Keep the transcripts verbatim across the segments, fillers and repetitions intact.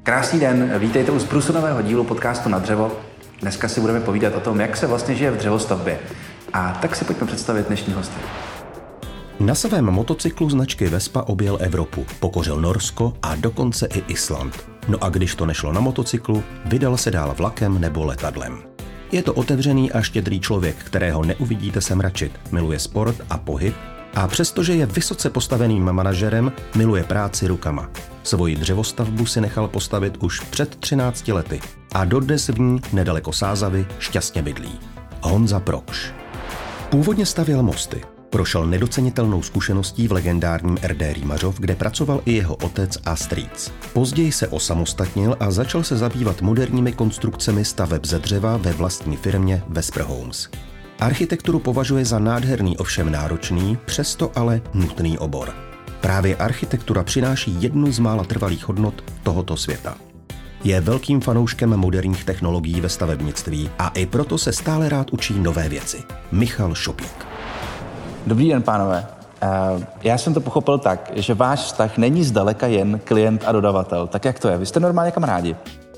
Krásný den, vítejte u zprůsudného dílu podcastu Na dřevo. Dneska si budeme povídat o tom, jak se vlastně žije v dřevostavbě. A tak si pojďme představit dnešní hosty. Na svém motocyklu značky Vespa objel Evropu, pokořil Norsko a dokonce i Island. No a když to nešlo na motocyklu, vydal se dál vlakem nebo letadlem. Je to otevřený a štědrý člověk, kterého neuvidíte se mračit, miluje sport a pohyb a přestože je vysoce postaveným manažerem, miluje práci rukama. Svoji dřevostavbu si nechal postavit už před třinácti lety a dodnes v ní, nedaleko Sázavy, šťastně bydlí. Honza Prokš. Původně stavěl mosty. Prošel nedocenitelnou zkušeností v legendárním er dé Rýmařov, kde pracoval i jeho otec a strýc. Později se osamostatnil a začal se zabývat moderními konstrukcemi staveb ze dřeva ve vlastní firmě Vesper Homes. Architekturu považuje za nádherný, ovšem náročný, přesto ale nutný obor. Právě architektura přináší jednu z mála trvalých hodnot tohoto světa. Je velkým fanouškem moderních technologií ve stavebnictví a i proto se stále rád učí nové věci. Michal Šopík. Dobrý den, pánové. Já jsem to pochopil tak, že váš vztah není zdaleka jen klient a dodavatel. Tak jak to je? Vy jste normálně kamarádi?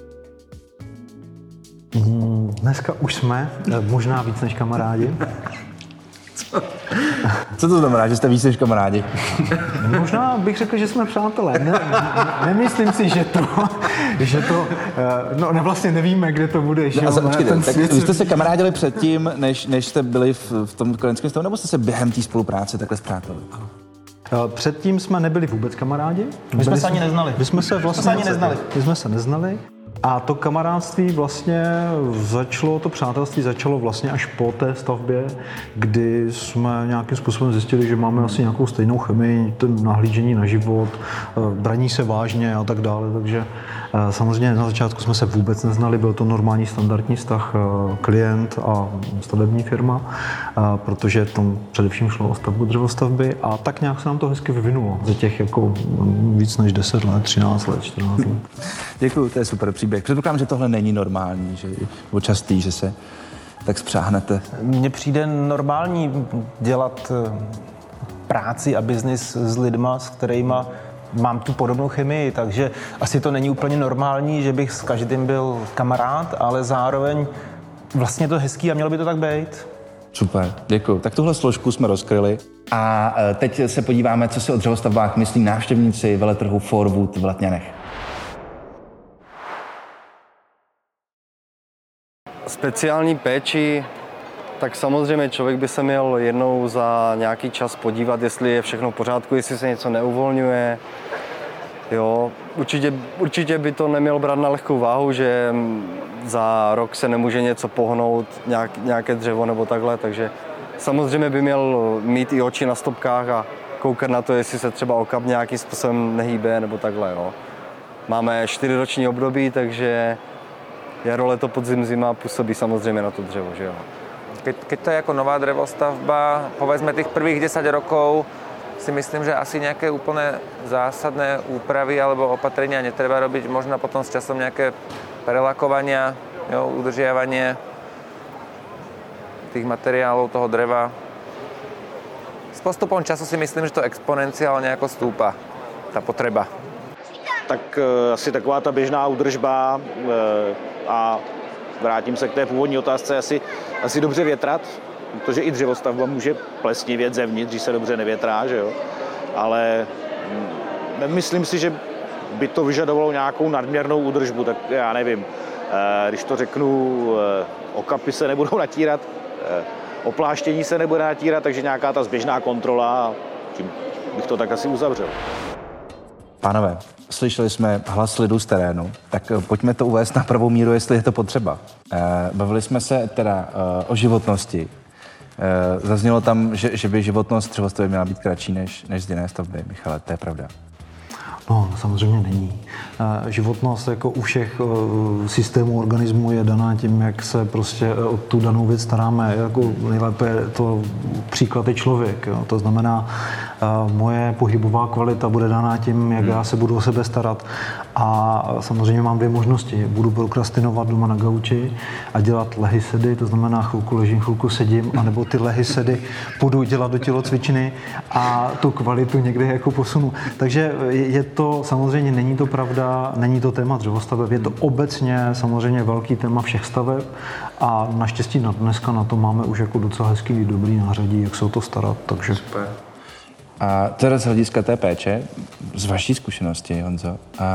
Dneska už jsme, možná víc než kamarádi. Co, Co to znamená, že jste víc než kamarádi? Možná bych řekl, že jsme přátelé. Ne, ne, nemyslím si, že to, že to, no ne, vlastně nevíme, kde to bude. Že no, a počkejte, ten tak svět... vy jste se kamarádili předtím, než, než jste byli v, v tom klientském stavu, nebo jste se během té spolupráce takhle zpřátelili? Předtím jsme nebyli vůbec kamarádi. My jsme se ani neznali. My jsme se vlastně jsme se ani neznali. My jsme se neznali. A to kamarádství vlastně začalo, to přátelství začalo vlastně až po té stavbě, kdy jsme nějakým způsobem zjistili, že máme asi nějakou stejnou chemii, to nahlížení na život, braní se vážně a tak dále. Takže samozřejmě na začátku jsme se vůbec neznali, byl to normální standardní vztah klient a stavební firma, protože tam především šlo o stavbu dřevostavby a tak nějak se nám to hezky vyvinulo za těch jako víc než deset let, třináct let, čtrnáct let. Děkuju, to je super příběh. Předpokládám, že tohle není normální, že je častý, že se tak spřáhnete. Mně přijde normální dělat práci a biznis s lidma, s kterýma mám tu podobnou chemii, takže asi to není úplně normální, že bych s každým byl kamarád, ale zároveň vlastně to hezký a mělo by to tak být. Super, děkuju. Tak tuhle složku jsme rozkryli a teď se podíváme, co si o dřevostavbách myslí návštěvníci veletrhu Forwood v Letňanech. Speciální péči, tak samozřejmě člověk by se měl jednou za nějaký čas podívat, jestli je všechno v pořádku, jestli se něco neuvolňuje. Jo, určitě, určitě by to neměl brát na lehkou váhu, že za rok se nemůže něco pohnout, nějak, nějaké dřevo nebo takhle, takže samozřejmě by měl mít i oči na stopkách a koukat na to, jestli se třeba okap nějakým způsobem nehýbe nebo takhle. Jo. Máme čtyřiroční období, takže jaro, leto, podzim, zima působí samozřejmě na to dřevo, že jo. Keď, keď to je ako nová drevostavba, povedzme tých prvých desať rokov, si myslím, že asi nejaké úplne zásadné úpravy alebo opatrenia netreba robiť. Možno potom s časom nejaké prelakovania, jo, udržiavanie tých materiálov, toho dreva. S postupom času si myslím, že to exponenciálne ako stúpa, tá potreba. Tak e, asi taková ta běžná údržba e, a vrátím se k té původní otázce, asi, asi dobře větrat, protože i dřevostavba může plesnivět zevnitř, když se dobře nevětrá, že jo? Ale nemyslím si, že by to vyžadovalo nějakou nadměrnou údržbu, tak já nevím, e, když to řeknu, e, okapy se nebudou natírat, e, opláštění se nebude natírat, takže nějaká ta zběžná kontrola, tím bych to tak asi uzavřel. Pánové, slyšeli jsme hlas lidu z terénu, tak pojďme to uvést na pravou míru, jestli je to potřeba. Bavili jsme se teda o životnosti. Zaznělo tam, že, že by životnost dřevostavby měla být kratší než, než z jiné stavby. Michale, to je pravda? No, samozřejmě není. Životnost jako u všech systémů organismu je daná tím, jak se prostě o tu danou věc staráme. Jako nejlépe to příklad je člověk. Jo. To znamená, moje pohybová kvalita bude daná tím, jak já se budu o sebe starat. A samozřejmě mám dvě možnosti. Budu prokrastinovat doma na gauči a dělat lehy sedy, to znamená chvilku ležím, chvilku sedím, anebo ty lehy sedy půjdu dělat do tělocvičny a tu kvalitu někde jako posunu. Takže je to, samozřejmě není to pravda, není to téma dřevostaveb, je to obecně samozřejmě velký téma všech staveb a naštěstí na dneska na to máme už jako docela hezký, dobrý nářadí, jak se o to starat, takže... Super. A teda z hlediska té péče, z vaší zkušenosti, Honzo, a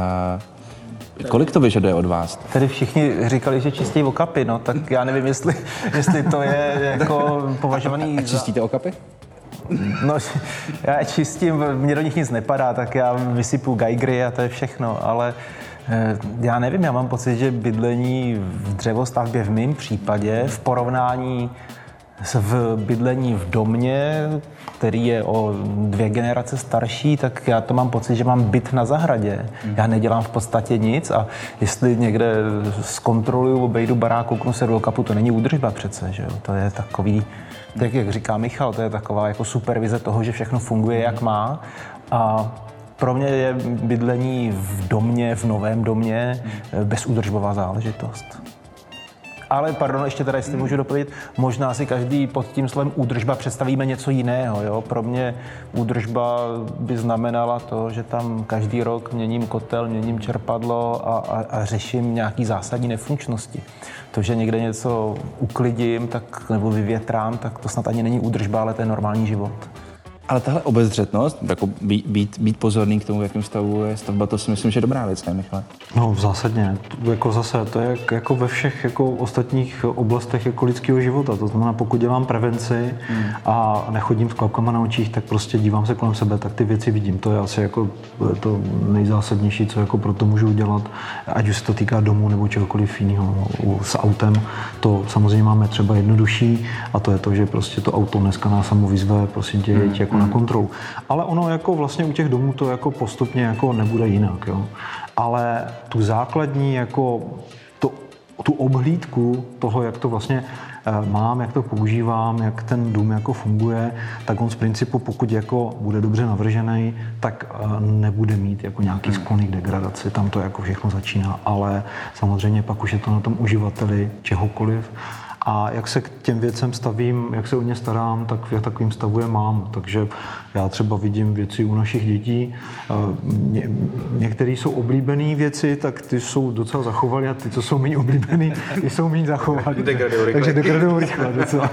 kolik to vyžaduje od vás? Tady všichni říkali, že čistí okapy, no, tak já nevím, jestli, jestli to je jako považovaný... A čistíte okapy? No, já čistím, mě do nich nic nepadá, tak já vysypu gajgry a to je všechno, ale já nevím, já mám pocit, že bydlení v dřevostavbě v mém případě v porovnání v bydlení v domě, který je o dvě generace starší, tak já to mám pocit, že mám byt na zahradě. Já nedělám v podstatě nic a jestli někde zkontroluju, obejdu barák, kouknu se do okapu, to není údržba přece, že jo? To je takový, tak jak říká Michal, to je taková jako supervize toho, že všechno funguje, jak má. A pro mě je bydlení v domě, v novém domě, bezúdržbová záležitost. Ale pardon, ještě teda, jestli můžu doplnit, možná si každý pod tím slovem údržba představíme něco jiného. Jo? Pro mě údržba by znamenala to, že tam každý rok měním kotel, měním čerpadlo a, a, a řeším nějaký zásadní nefunkčnosti. To, že někde něco uklidím tak, nebo vyvětrám, tak to snad ani není údržba, ale to je normální život. Ale tahle obezřetnost, jako být, být, být pozorný k tomu, v jakém stavu je stavba, to si myslím, že je dobrá věc, ne, Michale? No zásadně, jako zase, to je jako ve všech jako ostatních oblastech jako lidského života. To znamená, pokud dělám prevenci hmm. a nechodím s klapkama na očích, tak prostě dívám se kolem sebe, tak ty věci vidím. To je asi jako to nejzásadnější, co jako pro to můžu udělat, ať už se to týká domu nebo čehokoliv jiného. S autem to samozřejmě máme třeba jednodušší a to je to, že prostě to auto dneska nás samo vyzve, prosím tě, hmm. jako na kontrolu. Ale ono jako vlastně u těch domů to jako postupně jako nebude jinak, jo. Ale tu základní jako to, tu obhlídku toho, jak to vlastně mám, jak to používám, jak ten dům jako funguje, tak on z principu, pokud jako bude dobře navržený, tak nebude mít jako nějaký sklony k degradaci. Tam to jako všechno začíná, ale samozřejmě pak už je to na tom uživateli čehokoliv. A jak se k těm věcem stavím, jak se o ně starám, tak v takovým stavu je mám. Takže já třeba vidím věci u našich dětí. Ně, některé jsou oblíbené věci, tak ty jsou docela zachovalé a ty, co jsou méně oblíbené, ty jsou méně zachovalé. Takže degradují rychle docela.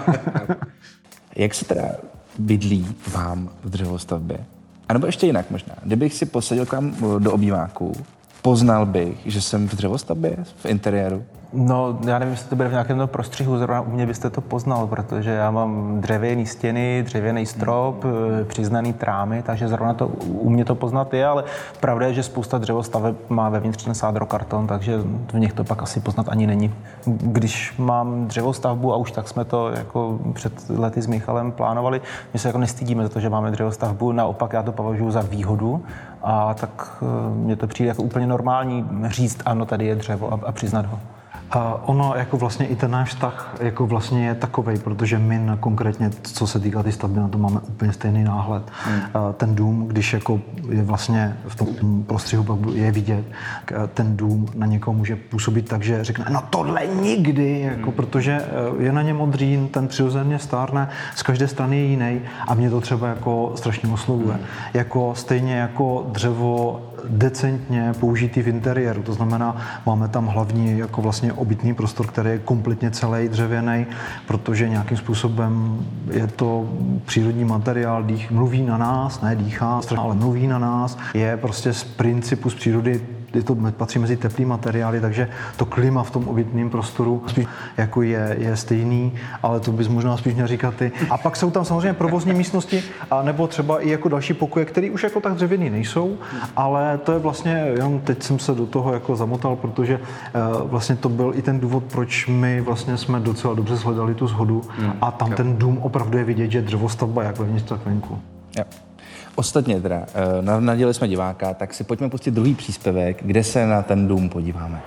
Jak se teda bydlí vám v dřevostavbě? A nebo ještě jinak možná. Kdybych si posadil k vám do obýváku, poznal bych, že jsem v dřevostavbě, v interiéru? No, já nevím, jestli to bude v nějakém prostřihu, zrovna u mě byste to poznal, protože já mám dřevěné stěny, dřevěný strop, hmm. přiznaný trámy, takže zrovna to u mě to poznat je, ale pravda je, že spousta dřevostaveb má vevnitř ten sádrokarton, takže v nich to pak asi poznat ani není. Když mám dřevostavbu, a už tak jsme to jako před lety s Michalem plánovali, my se jako nestydíme za to, že máme dřevostavbu, naopak já to považuji za výhodu a tak mně to přijde jako úplně normální říct, ano, tady je dřevo a, a přiznat ho. A ono jako vlastně i ten náš vztah jako vlastně je takovej, protože my na konkrétně, co se týká ty stavby, na to máme úplně stejný náhled. Hmm. Ten dům, když jako je vlastně v tom prostřihu pak je vidět, ten dům na někoho může působit tak, že řekne, no tohle nikdy, jako, hmm. protože je na něm modřín, ten přirozeně stárne, z každé strany je jiný a mě to třeba jako strašně oslovuje. Hmm. Jako stejně jako dřevo decentně použitý v interiéru, to znamená, máme tam hlavní jako vlastně obytný prostor, který je kompletně celý dřevěný, protože nějakým způsobem je to přírodní materiál, dých, mluví na nás, ne dýchá, ale mluví na nás, je prostě z principu, z přírody, je to patří mezi teplý materiály, takže to klima v tom obytném prostoru spíš jako je, je stejný, ale to bys možná spíš měl říkat ty. A pak jsou tam samozřejmě provozní místnosti, a nebo třeba i jako další pokoje, které už jako tak dřevěný nejsou, ale to je vlastně, jenom teď jsem se do toho jako zamotal, protože uh, vlastně to byl i ten důvod, proč my vlastně jsme docela dobře shledali tu shodu hmm. a tam ten dům opravdu je vidět, že dřevostavba jak vevnitř, tak venku. Jo. Ostatně teda, nadělili jsme diváka, tak si pojďme pustit druhý příspěvek, kde se na ten dům podíváme.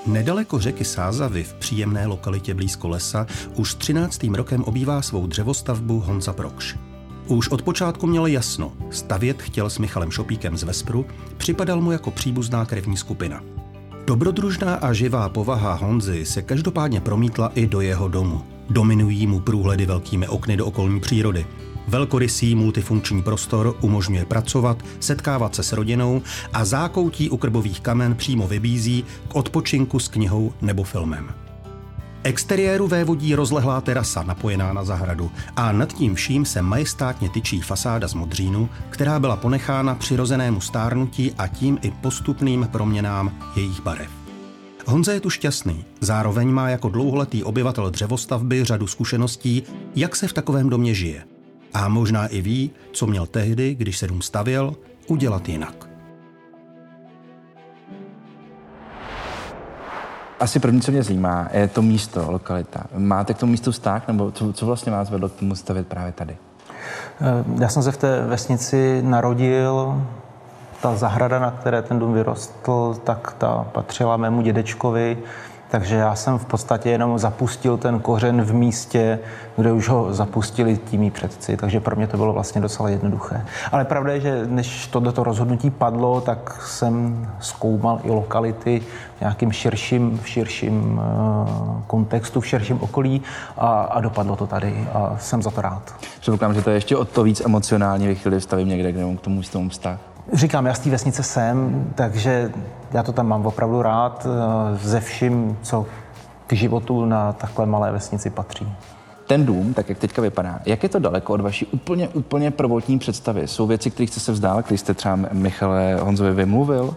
Nedaleko řeky Sázavy v příjemné lokalitě blízko lesa už třináctým rokem obývá svou dřevostavbu Honza Prokš. Už od počátku měl jasno, stavět chtěl s Michalem Šopíkem z Vespru, připadal mu jako příbuzná krevní skupina. Dobrodružná a živá povaha Honzy se každopádně promítla i do jeho domu. Dominují mu průhledy velkými okny do okolní přírody. Velkorysý multifunkční prostor umožňuje pracovat, setkávat se s rodinou a zákoutí u Krbových Kamen přímo vybízí k odpočinku s knihou nebo filmem. Exteriéru vévodí rozlehlá terasa napojená na zahradu a nad tím vším se majestátně tyčí fasáda z modřínu, která byla ponechána přirozenému stárnutí a tím i postupným proměnám jejich barev. Honza je tu šťastný, zároveň má jako dlouholetý obyvatel dřevostavby řadu zkušeností, jak se v takovém domě žije. A možná i ví, co měl tehdy, když se dům stavěl, udělat jinak. Asi první, co mě zajímá, je to místo, lokalita. Máte k tomu místu vztah, nebo co, co vlastně vás vedlo k tomu stavět právě tady? Já jsem se v té vesnici narodil. Ta zahrada, na které ten dům vyrostl, tak ta patřila mému dědečkovi. Takže já jsem v podstatě jenom zapustil ten kořen v místě, kde už ho zapustili tí mí předci, takže pro mě to bylo vlastně docela jednoduché. Ale pravda je, že než tohleto rozhodnutí padlo, tak jsem zkoumal i lokality v nějakým širším, v širším uh, kontextu, v širším okolí a, a dopadlo to tady a jsem za to rád. Předpokládám, že to je ještě o to víc emocionální, ve chvíli stavím někde, kde mám k tomu, k tomu vztah. Říkám, já z té vesnice jsem, takže já to tam mám opravdu rád ze vším, co k životu na takhle malé vesnici patří. Ten dům, tak jak teďka vypadá, jak je to daleko od vaší úplně, úplně prvotní představy? Jsou věci, kterých jste se vzdál, když jste třeba Michale Honzovi vymluvil?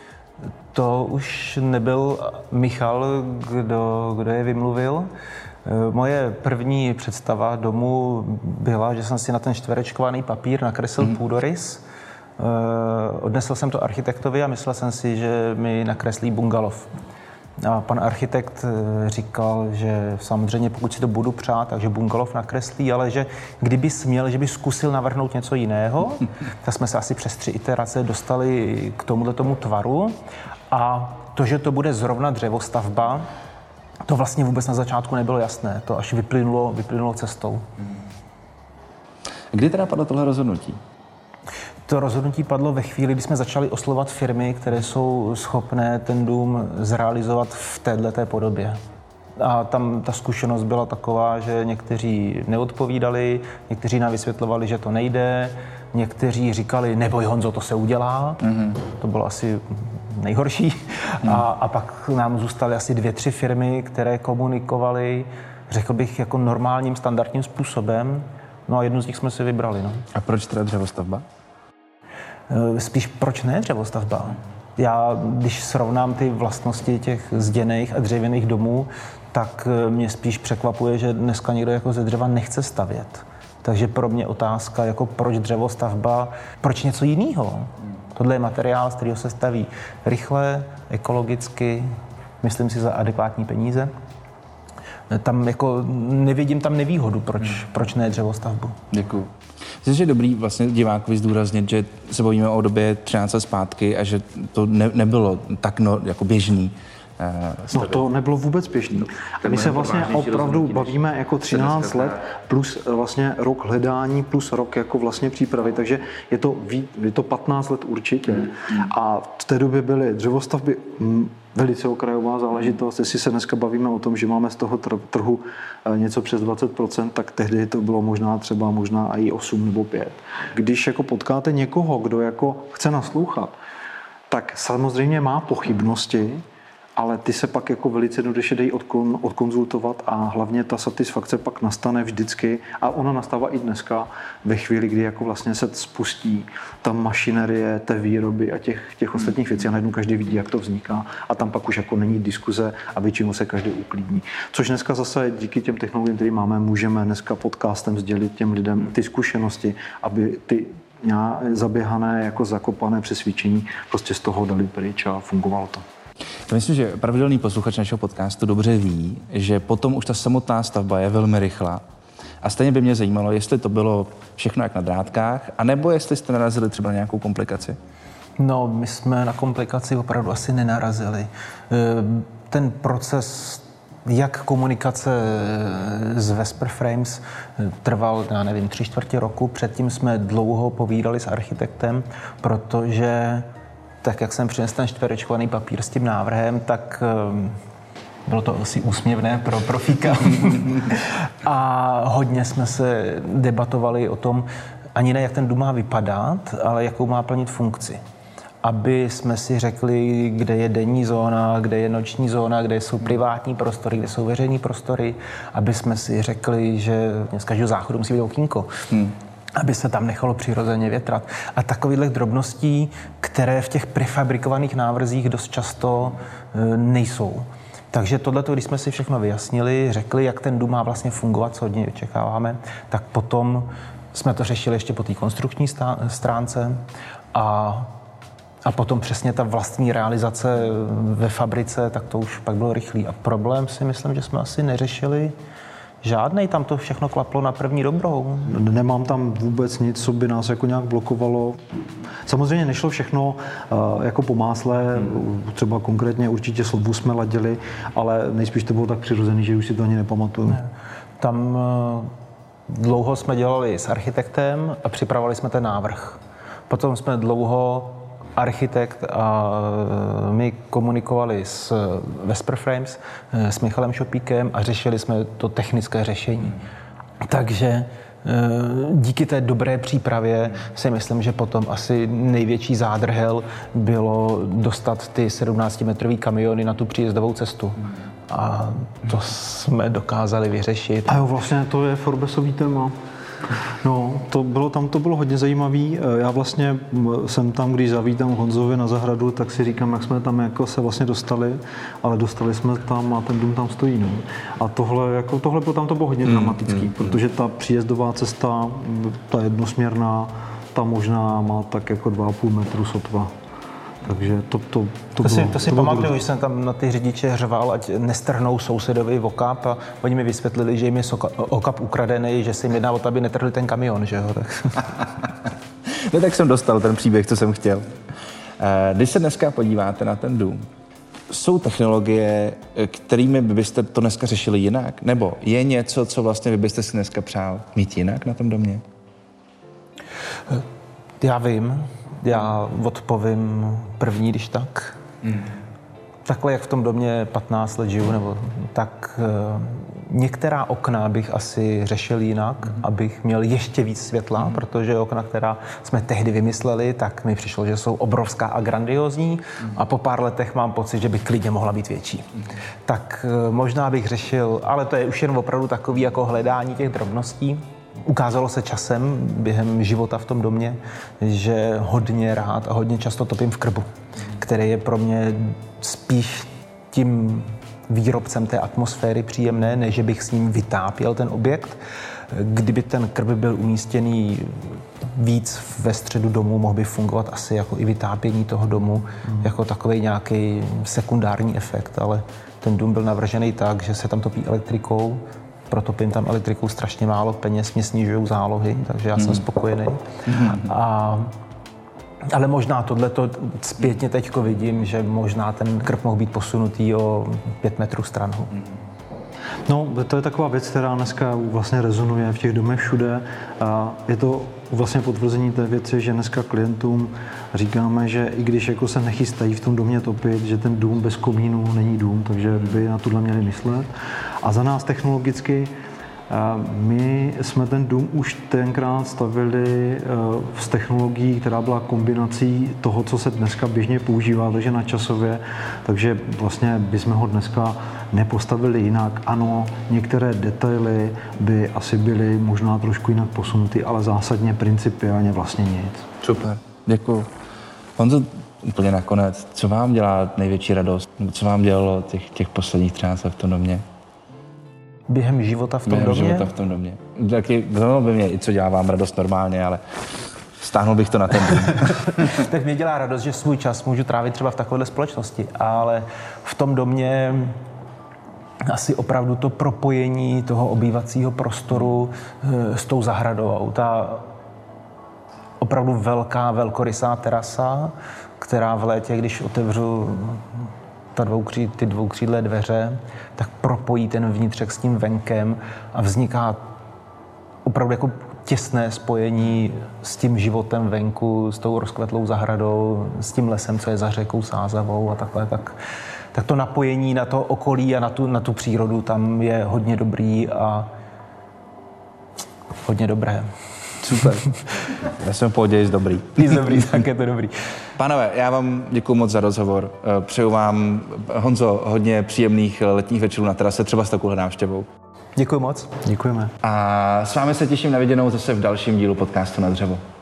To už nebyl Michal, kdo, kdo je vymluvil. Moje první představa domu byla, že jsem si na ten čtverečkovaný papír nakreslil hmm. půdorys. Odnesl jsem to architektovi a myslel jsem si, že mi nakreslí bungalov. A pan architekt říkal, že samozřejmě pokud si to budu přát, takže bungalov nakreslí, ale že kdyby směl, že by zkusil navrhnout něco jiného, tak jsme se asi přes tři iterace dostali k tomuhle tomu tvaru. A to, že to bude zrovna dřevostavba, to vlastně vůbec na začátku nebylo jasné. To až vyplynulo, vyplynulo cestou. Kdy teda padlo tohle rozhodnutí? To rozhodnutí padlo ve chvíli, kdy jsme začali oslovovat firmy, které jsou schopné ten dům zrealizovat v téhleté podobě. A tam ta zkušenost byla taková, že někteří neodpovídali, někteří nám vysvětlovali, že to nejde, někteří říkali, neboj Honzo, to se udělá. Mm-hmm. To bylo asi nejhorší. Mm. A, a pak nám zůstaly asi dvě, tři firmy, které komunikovaly, řekl bych, jako normálním, standardním způsobem. No a jednu z nich jsme si vybrali. No. A proč teda dřevostavba? Spíš proč ne dřevostavba? Já, když srovnám ty vlastnosti těch zděných a dřevěných domů, tak mě spíš překvapuje, že dneska někdo jako ze dřeva nechce stavět. Takže pro mě otázka, jako proč dřevostavba, proč něco jiného? Tohle je materiál, z kterého se staví rychle, ekologicky, myslím si za adekvátní peníze. Tam jako nevidím tam nevýhodu, proč, hmm. proč ne dřevostavbu. Děkuju. Myslím, že je dobrý vlastně divákovi zdůraznit, že se bavíme o době třináct let zpátky a že to ne, nebylo tak no, jako běžný. Uh, no to nebylo vůbec běžný. A my se vlastně opravdu bavíme jako třináct let plus vlastně rok hledání plus rok jako vlastně přípravy, takže je to, je to patnáct let určitě. Hmm. A v té době byly dřevostavby mm, velice okrajová záležitost. Jestli se dneska bavíme o tom, že máme z toho trhu něco přes dvacet procent, tak tehdy to bylo možná třeba možná i osm nebo pět. Když jako potkáte někoho, kdo jako chce naslouchat, tak samozřejmě má pochybnosti, ale ty se pak jako velice jednoduše dají odkon, odkonzultovat a hlavně ta satisfakce pak nastane vždycky a ona nastává i dneska ve chvíli, kdy jako vlastně se spustí ta mašinerie té výroby a těch, těch ostatních věcí a najednou každý vidí, jak to vzniká a tam pak už jako není diskuze a většinou se každý uklidní. Což dneska zase díky těm technologiím, které máme, můžeme dneska podcastem sdělit těm lidem ty zkušenosti, aby ty zaběhané, jako zakopané přesvědčení prostě z toho dali pryč a fungovalo to. Já myslím, že pravidelný posluchač našeho podcastu dobře ví, že potom už ta samotná stavba je velmi rychlá. A stejně by mě zajímalo, jestli to bylo všechno jak na drátkách, anebo jestli jste narazili třeba na nějakou komplikaci. No, my jsme na komplikaci opravdu asi nenarazili. ten proces, jak komunikace z Vesper Frames trval, já nevím, tři čtvrtě roku. Předtím jsme dlouho povídali s architektem, protože tak, jak jsem přinesl ten čtverečkovaný papír s tím návrhem, tak bylo to asi úsměvné pro profíka. A hodně jsme se debatovali o tom, ani ne, jak ten dům má vypadat, ale jakou má plnit funkci. Aby jsme si řekli, kde je denní zóna, kde je noční zóna, kde jsou privátní prostory, kde jsou veřejní prostory, aby jsme si řekli, že z každého záchodu musí být okýnko. Hmm. Aby se tam nechalo přirozeně větrat. A takovýchhle drobností, které v těch prefabrikovaných návrzích dost často e, nejsou. Takže tohleto, když jsme si všechno vyjasnili, řekli, jak ten dům má vlastně fungovat, co od něj očekáváme, tak potom jsme to řešili ještě po té konstrukční stránce a, a potom přesně ta vlastní realizace ve fabrice, tak to už pak bylo rychlý. A problém si myslím, že jsme asi neřešili žádnej, tam to všechno klaplo na první dobrou. Nemám tam vůbec nic, co by nás jako nějak blokovalo. Samozřejmě nešlo všechno uh, jako po másle, hmm. třeba konkrétně určitě slovu jsme ladili, ale nejspíš to bylo tak přirozený, že už si to ani nepamatuju. Ne. Tam uh, dlouho jsme dělali s architektem a připravovali jsme ten návrh. Potom jsme dlouho architekt a my komunikovali s Vesper Frames, s Michalem Šopíkem a řešili jsme to technické řešení. Takže díky té dobré přípravě si myslím, že potom asi největší zádrhel bylo dostat ty sedmnáctimetrový kamiony na tu příjezdovou cestu. A to jsme dokázali vyřešit. A jo, vlastně to je Forbesový téma. No, to bylo, tam to bylo hodně zajímavý. Já vlastně jsem tam, když zavítám Honzovi na zahradu, tak si říkám, jak jsme tam jako se vlastně dostali, ale dostali jsme tam a ten dům tam stojí. No. A tohle, jako, tohle tam to bylo hodně mm, dramatický, mm, protože ta příjezdová cesta, ta jednosměrná, ta možná má tak jako dva a půl metru sotva. Takže to, to, to, to bylo, si, to si to pamatuju, že jsem tam na ty řidiče řval, ať nestrhnou sousedovi okap a oni mi vysvětlili, že jim je okap ukradený, že se jim jedná o to, aby netrhli ten kamion, že jo? Tak. No tak jsem dostal ten příběh, co jsem chtěl. Když se dneska podíváte na ten dům, jsou technologie, kterými byste to dneska řešili jinak? Nebo je něco, co vlastně vy byste si dneska přál mít jinak na tom domě? Já vím. Já odpovím první, když tak. Mm. Takhle, jak v tom domě patnáct let žiju, nebo tak uh, některá okna bych asi řešil jinak, mm. abych měl ještě víc světla, mm. protože okna, která jsme tehdy vymysleli, tak mi přišlo, že jsou obrovská a grandiózní mm. a po pár letech mám pocit, že by klidně mohla být větší. Mm. Tak uh, možná bych řešil, ale to je už jen opravdu takový jako hledání těch drobností. Ukázalo se časem během života v tom domě, že hodně rád a hodně často topím v krbu, který je pro mě spíš tím výrobcem té atmosféry příjemné, než že bych s ním vytápěl ten objekt. Kdyby ten krb byl umístěný víc ve středu domu, mohl by fungovat asi jako i vytápění toho domu, mm. jako takový nějaký sekundární efekt, ale ten dům byl navržený tak, že se tam topí elektrikou, protopím tam elektrikou strašně málo peněz, mě snižujou zálohy, takže já jsem mm. spokojený. Mm. A, ale možná tohleto zpětně teďko vidím, že možná ten krb mohl být posunutý o pět metrů stranou. No, to je taková věc, která dneska vlastně rezonuje v těch domech všude. A je to vlastně potvrzení té věci, že dneska klientům říkáme, že i když jako se nechystají v tom domě topit, že ten dům bez komínu není dům, takže by na tohle měli myslet. A za nás technologicky my jsme ten dům už tenkrát stavili s technologií, která byla kombinací toho, co se dneska běžně používá, takže nadčasově, takže vlastně bychom ho dneska nepostavili jinak. Ano, některé detaily by asi byly možná trošku jinak posunuty, ale zásadně principiálně vlastně nic. Super, děkuju. Honzo, úplně nakonec, co vám dělá největší radost? Co vám dělalo těch, těch posledních třináct let v tom domě? Během života v tom Během domě? života v tom domě. Taky zajímalo by mě i co dělá vám radost normálně, ale stáhnul bych to na ten dům. Tak mě dělá radost, že svůj čas můžu trávit třeba v takovéhle společnosti, ale v tom domě asi opravdu to propojení toho obývacího prostoru s tou zahradou. Ta opravdu velká, velkorysá terasa, která v létě, když otevřu ta dvoukří, ty dvoukřídlé dveře, tak propojí ten vnitřek s tím venkem a vzniká opravdu jako těsné spojení s tím životem venku, s tou rozkvetlou zahradou, s tím lesem, co je za řekou Sázavou a takhle, tak, tak to napojení na to okolí a na tu, na tu přírodu tam je hodně dobrý a hodně dobré. Super. Já jsem v pohodě, jsi dobrý. Jsi dobrý, tak je to dobrý. Pánové, já vám děkuju moc za rozhovor. Přeju vám, Honzo, hodně příjemných letních večerů na terase, třeba s takovou návštěvou. Děkuji moc. Děkujeme. A s vámi se těším na viděnou zase v dalším dílu podcastu Na dřevo.